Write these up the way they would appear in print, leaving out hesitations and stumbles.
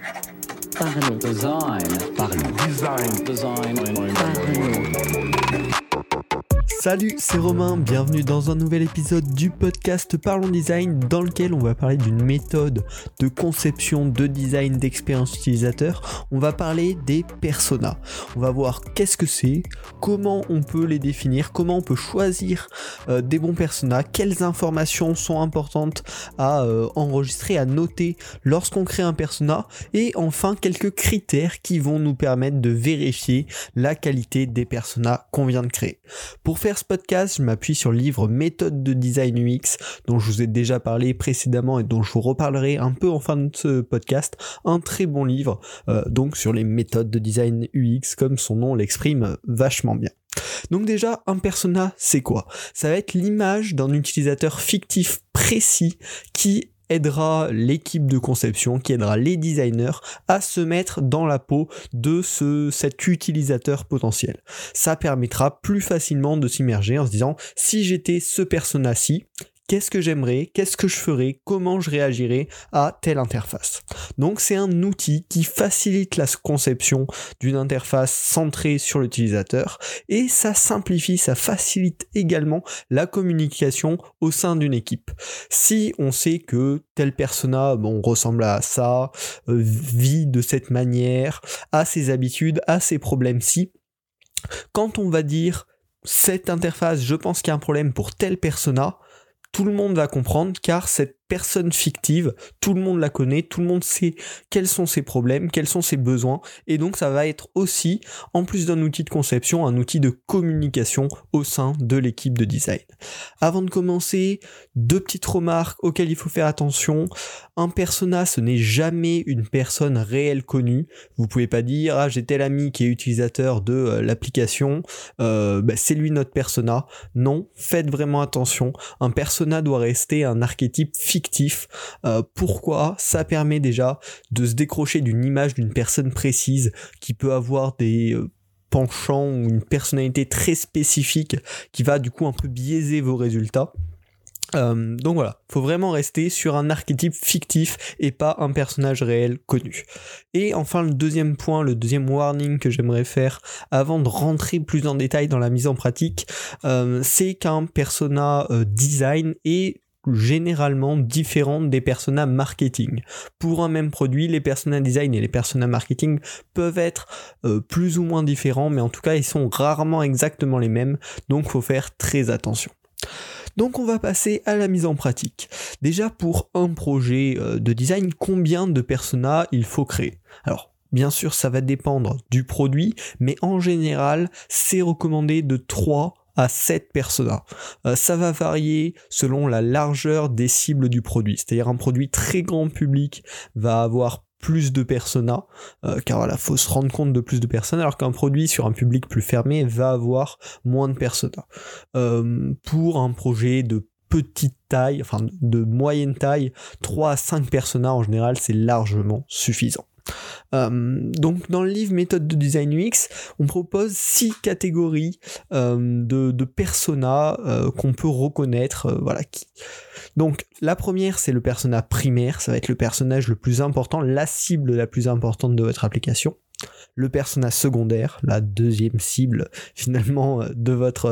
Parlons. Salut, c'est Romain, bienvenue dans un nouvel épisode du podcast Parlons Design dans lequel on va parler d'une méthode de conception, de design, d'expérience utilisateur. On va parler des personas. On va voir qu'est-ce que c'est, comment on peut les définir, comment on peut choisir des bons personas, quelles informations sont importantes à enregistrer, à noter lorsqu'on crée un persona et enfin quelques critères qui vont nous permettre de vérifier la qualité des personas qu'on vient de créer. Pour faire ce podcast, je m'appuie sur le livre Méthode de design UX dont je vous ai déjà parlé précédemment et dont je vous reparlerai un peu en fin de ce podcast. Un très bon livre donc sur les méthodes de design UX comme son nom l'exprime vachement bien. Donc déjà, un persona, c'est quoi ? Ça va être l'image d'un utilisateur fictif précis qui aidera l'équipe de conception, qui aidera les designers à se mettre dans la peau de cet utilisateur potentiel. Ça permettra plus facilement de s'immerger en se disant si j'étais ce persona-ci, qu'est-ce que j'aimerais, qu'est-ce que je ferais, comment je réagirais à telle interface. Donc c'est un outil qui facilite la conception d'une interface centrée sur l'utilisateur et ça simplifie, ça facilite également la communication au sein d'une équipe. Si on sait que tel persona ressemble à ça, vit de cette manière, a ses habitudes, a ses problèmes-ci, quand on va dire cette interface, je pense qu'il y a un problème pour tel persona, tout le monde va comprendre car cette personne fictive, tout le monde la connaît, tout le monde sait quels sont ses problèmes, quels sont ses besoins et donc ça va être aussi, en plus d'un outil de conception, un outil de communication au sein de l'équipe de design. Avant de commencer, 2 petites remarques auxquelles il faut faire attention. Un persona, ce n'est jamais une personne réelle connue. Vous pouvez pas dire j'ai tel ami qui est utilisateur de l'application, c'est lui notre persona. Non, faites vraiment attention. Un persona doit rester un archétype fictif. Pourquoi ? Ça permet déjà de se décrocher d'une image d'une personne précise qui peut avoir des penchants ou une personnalité très spécifique qui va du coup un peu biaiser vos résultats. Donc voilà, faut vraiment rester sur un archétype fictif et pas un personnage réel connu. Et enfin le deuxième point, le deuxième warning que j'aimerais faire avant de rentrer plus en détail dans la mise en pratique, c'est qu'un persona design est généralement différent des personas marketing. Pour un même produit, les personas design et les personas marketing peuvent être plus ou moins différents, mais en tout cas ils sont rarement exactement les mêmes, donc faut faire très attention. Donc on va passer à la mise en pratique. Déjà pour un projet de design, combien de personas il faut créer ? Alors bien sûr ça va dépendre du produit, mais en général c'est recommandé de 3 à 7 personas. Ça va varier selon la largeur des cibles du produit. C'est-à-dire un produit très grand public va avoir plus de personas, car voilà, faut se rendre compte de plus de personnes, alors qu'un produit sur un public plus fermé va avoir moins de personas. Pour un projet de petite taille, enfin de moyenne taille, 3 à 5 personas en général, c'est largement suffisant. Donc dans le livre Méthode de design UX, on propose 6 catégories de personas qu'on peut reconnaître. Donc la première, c'est le persona primaire, ça va être le personnage le plus important, la cible la plus importante de votre application. Le persona secondaire, la deuxième cible finalement de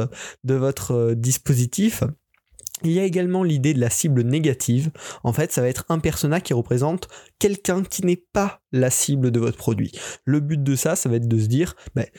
votre dispositif. Il y a également l'idée de la cible négative. En fait, ça va être un persona qui représente quelqu'un qui n'est pas la cible de votre produit. Le but de ça va être de se dire,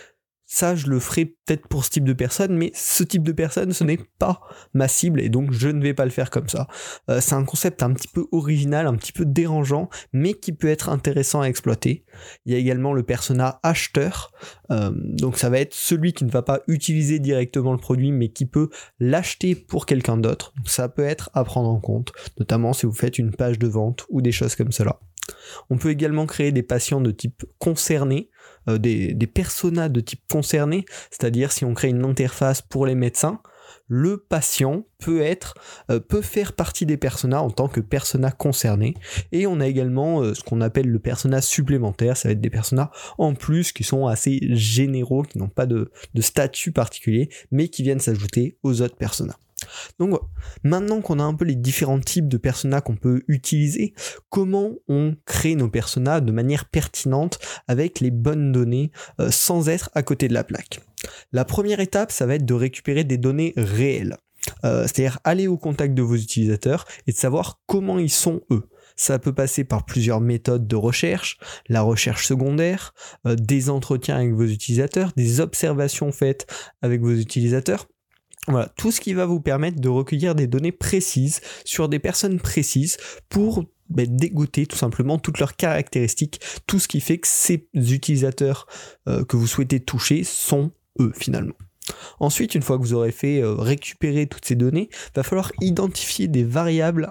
ça je le ferai peut-être pour ce type de personne, mais ce type de personne ce n'est pas ma cible et donc je ne vais pas le faire comme ça. C'est un concept un petit peu original, un petit peu dérangeant, mais qui peut être intéressant à exploiter. Il y a également le persona acheteur, donc ça va être celui qui ne va pas utiliser directement le produit mais qui peut l'acheter pour quelqu'un d'autre. Donc ça peut être à prendre en compte, notamment si vous faites une page de vente ou des choses comme cela. On peut également créer des patients de type concerné, des personas de type concerné, c'est-à-dire si on crée une interface pour les médecins, le patient peut faire partie des personas en tant que persona concerné. Et on a également ce qu'on appelle le persona supplémentaire, ça va être des personas en plus qui sont assez généraux, qui n'ont pas de statut particulier, mais qui viennent s'ajouter aux autres personas. Donc maintenant qu'on a un peu les différents types de personas qu'on peut utiliser, comment on crée nos personas de manière pertinente avec les bonnes données sans être à côté de la plaque. La première étape, ça va être de récupérer des données réelles. C'est-à-dire aller au contact de vos utilisateurs et de savoir comment ils sont eux. Ça peut passer par plusieurs méthodes de recherche, la recherche secondaire, des entretiens avec vos utilisateurs, des observations faites avec vos utilisateurs. Voilà, tout ce qui va vous permettre de recueillir des données précises sur des personnes précises pour dégoter tout simplement toutes leurs caractéristiques, tout ce qui fait que ces utilisateurs que vous souhaitez toucher sont eux finalement. Ensuite, une fois que vous aurez fait récupérer toutes ces données, il va falloir identifier des variables,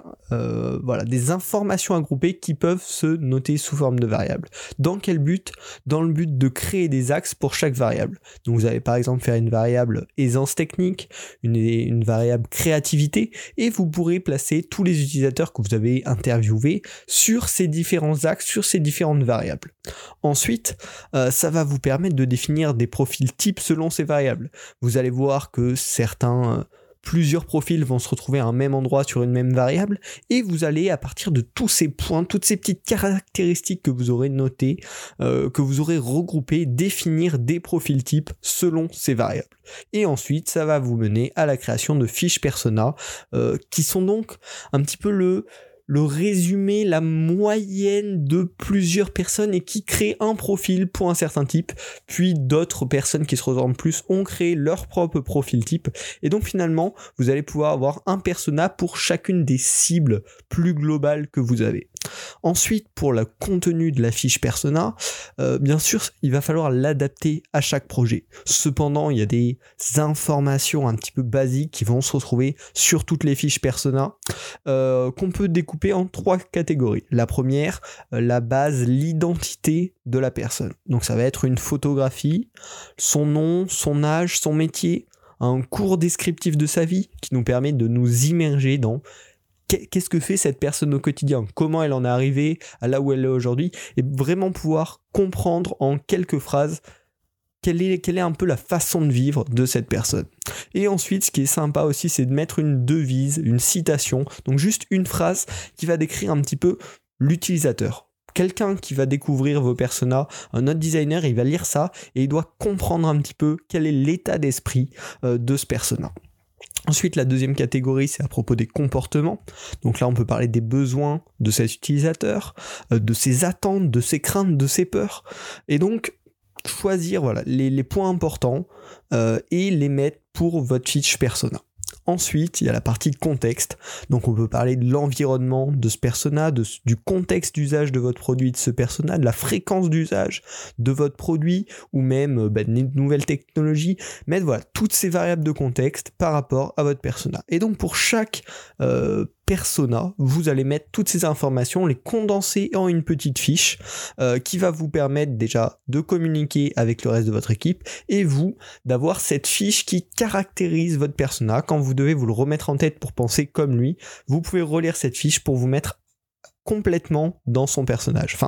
des informations à grouper qui peuvent se noter sous forme de variables. Dans quel but ? Dans le but de créer des axes pour chaque variable. Donc vous allez par exemple faire une variable aisance technique, une variable créativité, et vous pourrez placer tous les utilisateurs que vous avez interviewés sur ces différents axes, sur ces différentes variables. Ensuite, ça va vous permettre de définir des profils types selon ces variables. Vous allez voir que plusieurs profils vont se retrouver à un même endroit sur une même variable, et vous allez, à partir de tous ces points, toutes ces petites caractéristiques que vous aurez notées, que vous aurez regroupées, définir des profils types selon ces variables. Et ensuite, ça va vous mener à la création de fiches persona, qui sont donc un petit peu le résumé, la moyenne de plusieurs personnes et qui créent un profil pour un certain type, puis d'autres personnes qui se ressemblent plus ont créé leur propre profil type, et donc finalement vous allez pouvoir avoir un persona pour chacune des cibles plus globales que vous avez. Ensuite, pour le contenu de la fiche persona, bien sûr, il va falloir l'adapter à chaque projet. Cependant, il y a des informations un petit peu basiques qui vont se retrouver sur toutes les fiches persona, qu'on peut découper en 3 catégories. La première, la base, l'identité de la personne. Donc ça va être une photographie, son nom, son âge, son métier, un court descriptif de sa vie qui nous permet de nous immerger dans qu'est-ce que fait cette personne au quotidien, comment elle en est arrivée à là où elle est aujourd'hui, et vraiment pouvoir comprendre en quelques phrases quelle est un peu la façon de vivre de cette personne. Et ensuite, ce qui est sympa aussi, c'est de mettre une devise, une citation, donc juste une phrase qui va décrire un petit peu l'utilisateur. Quelqu'un qui va découvrir vos personas, un autre designer, il va lire ça et il doit comprendre un petit peu quel est l'état d'esprit de ce persona. Ensuite, la deuxième catégorie, c'est à propos des comportements. Donc là, on peut parler des besoins de cet utilisateur, de ses attentes, de ses craintes, de ses peurs. Et donc, choisir les points importants et les mettre pour votre fiche persona. Ensuite, il y a la partie contexte, donc on peut parler de l'environnement de ce persona, du contexte d'usage de votre produit, de ce persona, de la fréquence d'usage de votre produit, ou même des nouvelles technologies, mettre toutes ces variables de contexte par rapport à votre persona. Et donc pour chaque persona, vous allez mettre toutes ces informations, les condenser en une petite fiche qui va vous permettre déjà de communiquer avec le reste de votre équipe et vous d'avoir cette fiche qui caractérise votre persona. Quand vous devez vous le remettre en tête pour penser comme lui, vous pouvez relire cette fiche pour vous mettre complètement dans son personnage. Enfin,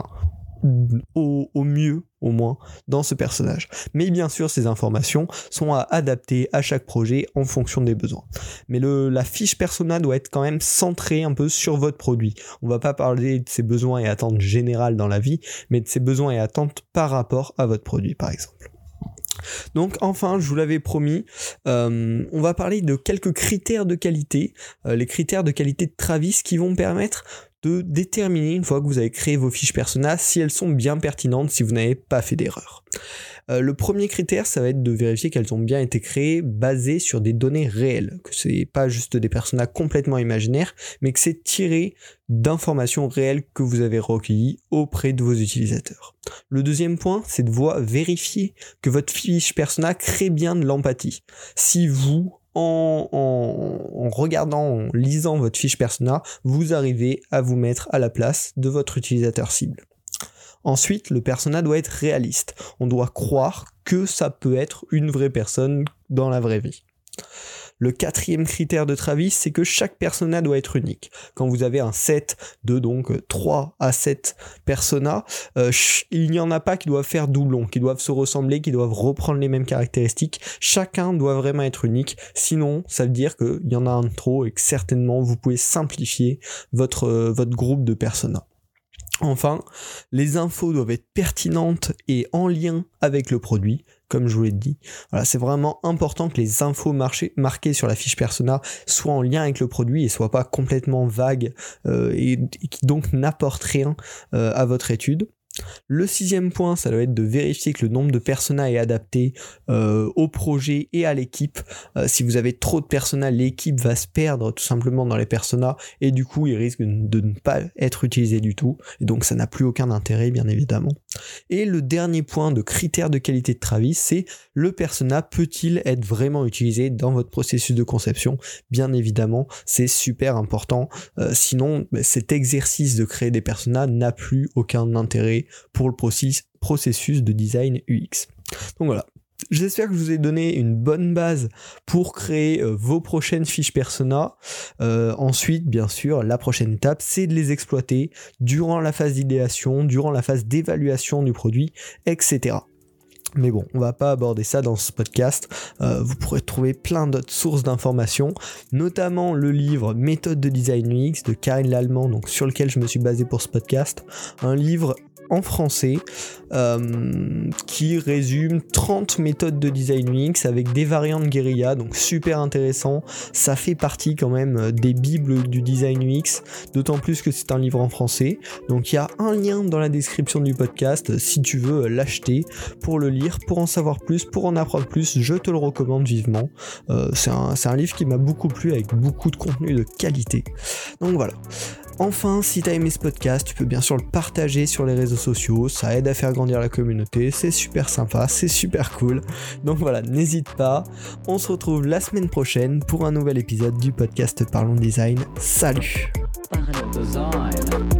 au mieux, au moins, dans ce personnage. Mais bien sûr, ces informations sont à adapter à chaque projet en fonction des besoins. Mais la fiche persona doit être quand même centrée un peu sur votre produit. On va pas parler de ses besoins et attentes générales dans la vie, mais de ses besoins et attentes par rapport à votre produit, par exemple. Donc enfin, je vous l'avais promis, on va parler de quelques critères de qualité, les critères de qualité de Travis qui vont permettre de déterminer, une fois que vous avez créé vos fiches persona, si elles sont bien pertinentes, si vous n'avez pas fait d'erreur. Le premier critère, ça va être de vérifier qu'elles ont bien été créées basées sur des données réelles, que c'est pas juste des personas complètement imaginaires, mais que c'est tiré d'informations réelles que vous avez recueillies auprès de vos utilisateurs. Le deuxième point, c'est de vérifier que votre fiche persona crée bien de l'empathie. Si vous, en regardant, en lisant votre fiche persona, vous arrivez à vous mettre à la place de votre utilisateur cible. Ensuite, le persona doit être réaliste. On doit croire que ça peut être une vraie personne dans la vraie vie. Le 4e critère de Travis, c'est que chaque persona doit être unique. Quand vous avez un set de donc 3 à 7 personas, il n'y en a pas qui doivent faire doublon, qui doivent se ressembler, qui doivent reprendre les mêmes caractéristiques. Chacun doit vraiment être unique, sinon ça veut dire qu'il y en a un de trop et que certainement vous pouvez simplifier votre groupe de personas. Enfin, les infos doivent être pertinentes et en lien avec le produit, comme je vous l'ai dit. Voilà, c'est vraiment important que les infos marquées sur la fiche persona soient en lien avec le produit et soient pas complètement vagues et qui donc n'apportent rien à votre étude. Le 6e point, ça doit être de vérifier que le nombre de personas est adapté au projet et à l'équipe. Si vous avez trop de personas, l'équipe va se perdre tout simplement dans les personas et du coup, il risque de ne pas être utilisé du tout. Et donc, ça n'a plus aucun intérêt, bien évidemment. Et le dernier point de critère de qualité de Travis, c'est le persona peut-il être vraiment utilisé dans votre processus de conception ? Bien évidemment, c'est super important. Sinon, cet exercice de créer des personas n'a plus aucun intérêt pour le processus de design UX. Donc voilà. J'espère que je vous ai donné une bonne base pour créer vos prochaines fiches persona. Ensuite, bien sûr, la prochaine étape, c'est de les exploiter durant la phase d'idéation, durant la phase d'évaluation du produit, etc. Mais bon, on va pas aborder ça dans ce podcast. Vous pourrez trouver plein d'autres sources d'informations, notamment le livre Méthode de design UX de Karine Lallemand, donc sur lequel je me suis basé pour ce podcast. Un livre en français qui résume 30 méthodes de design UX avec des variantes guérilla, donc super intéressant. Ça fait partie quand même des bibles du design UX, d'autant plus que c'est un livre en français. Donc il y a un lien dans la description du podcast si tu veux l'acheter pour le lire, pour en savoir plus, pour en apprendre plus, je te le recommande vivement. C'est un livre qui m'a beaucoup plu avec beaucoup de contenu de qualité. Donc voilà. Enfin, si t'as aimé ce podcast, tu peux bien sûr le partager sur les réseaux sociaux, ça aide à faire grandir la communauté, c'est super sympa, c'est super cool. Donc voilà, n'hésite pas, on se retrouve la semaine prochaine pour un nouvel épisode du podcast Parlons Design. Salut!